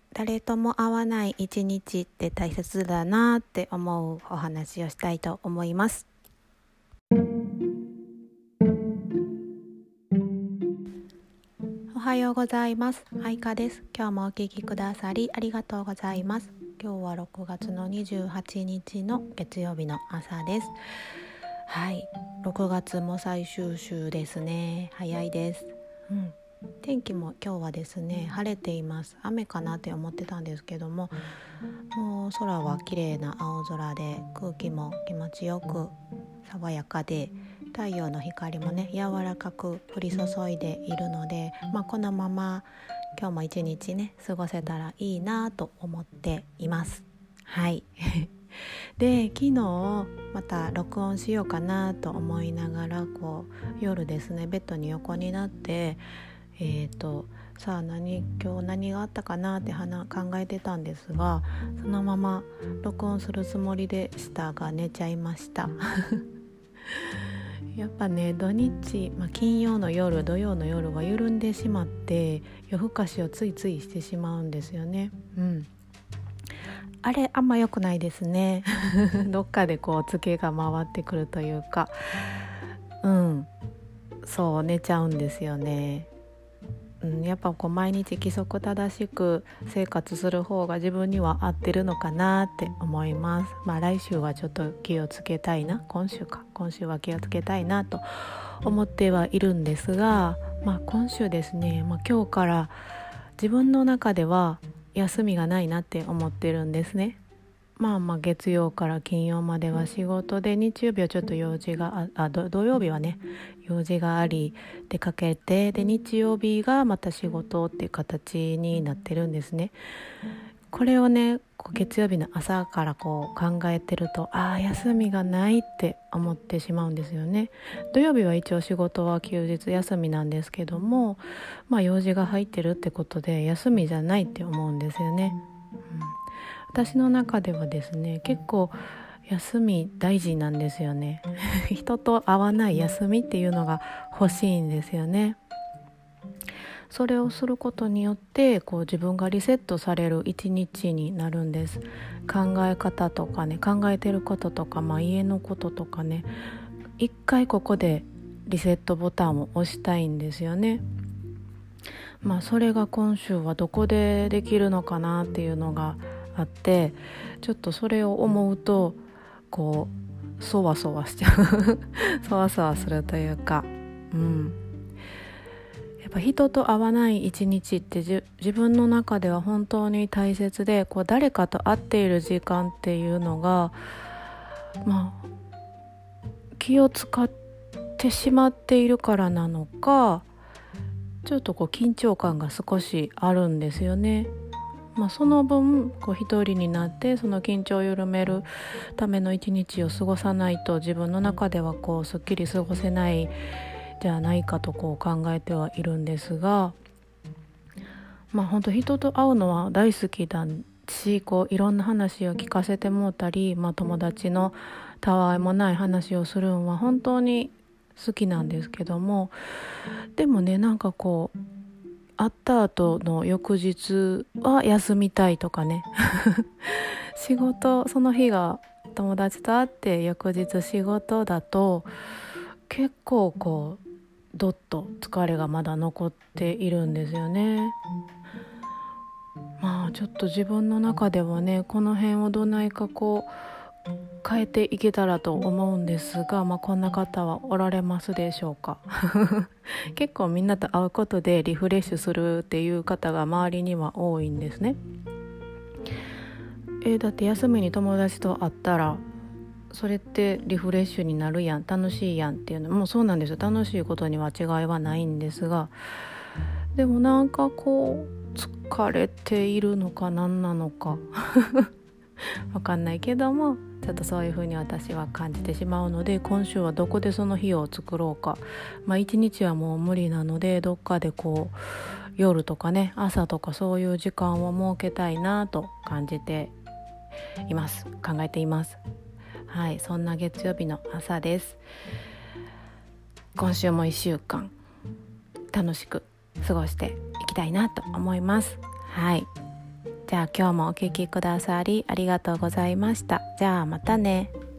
誰とも会わない一日って大切だなって思うお話をしたいと思います。おはようございます。愛花です。今日もお聞きくださりありがとうございます。今日は6月の28日の月曜日の朝です。はい、6月も最終週ですね。早いです。天気も今日はですね晴れています。雨かなって思ってたんですけども、もう空は綺麗な青空で空気も気持ちよく爽やかで、太陽の光もね柔らかく降り注いでいるので、このまま今日も一日ね過ごせたらいいなと思っています。はいで、昨日また録音しようかなと思いながら夜ですねベッドに横になってさあ今日何があったかなって考えてたんですが、そのまま録音するつもりでしたが寝ちゃいましたやっぱね土日、金曜の夜土曜の夜は緩んでしまって夜更かしをついついしてしまうんですよね。あれあんま良くないですねどっかでツケが回ってくるというか、そう寝ちゃうんですよね。やっぱ毎日規則正しく生活する方が自分には合ってるのかなって思います。来週はちょっと気をつけたいな、今週は気をつけたいなと思ってはいるんですが、今週ですね、今日から自分の中では休みがないなって思ってるんですね。月曜から金曜までは仕事で、日曜日はちょっと用事が土曜日はね用事があり出かけて、で日曜日がまた仕事っていう形になってるんですね。これをね月曜日の朝から考えてると、休みがないって思ってしまうんですよね。土曜日は一応仕事は休日休みなんですけども、用事が入ってるってことで休みじゃないって思うんですよね。私の中ではですね結構休み大事なんですよね人と会わない休みっていうのが欲しいんですよね。それをすることによって自分がリセットされる一日になるんです。考え方とかね、考えてることとか、家のこととかね、一回ここでリセットボタンを押したいんですよね。それが今週はどこでできるのかなっていうのがあって、ちょっとそれを思うとそわそわしちゃうそわそわするというか、やっぱ人と会わない一日って自分の中では本当に大切で、誰かと会っている時間っていうのが気を使ってしまっているからなのか、ちょっと緊張感が少しあるんですよね。その分一人になってその緊張を緩めるための一日を過ごさないと、自分の中ではすっきり過ごせないじゃないかと考えてはいるんですが、本当人と会うのは大好きだし、いろんな話を聞かせてもらったり、友達のたわいもない話をするのは本当に好きなんですけども、でもね会った後の翌日は休みたいとかね仕事、その日が友達と会って翌日仕事だと結構どっと疲れがまだ残っているんですよね。ちょっと自分の中ではねこの辺をどないか変えていけたらと思うんですが、こんな方はおられますでしょうか結構みんなと会うことでリフレッシュするっていう方が周りには多いんですね。だって休みに友達と会ったらそれってリフレッシュになるやん、楽しいやんっていうのもそうなんですよ。楽しいことには違いはないんですが、でも疲れているのか何なのかわかんないけども、ちょっとそういう風に私は感じてしまうので、今週はどこでその日を作ろうか。一日はもう無理なので、どっかで夜とかね朝とかそういう時間を設けたいなと感じています。考えています。はい、そんな月曜日の朝です。今週も1週間楽しく過ごしていきたいなと思います。はい、 じゃあ今日もお聞きくださりありがとうございました。じゃあまたね。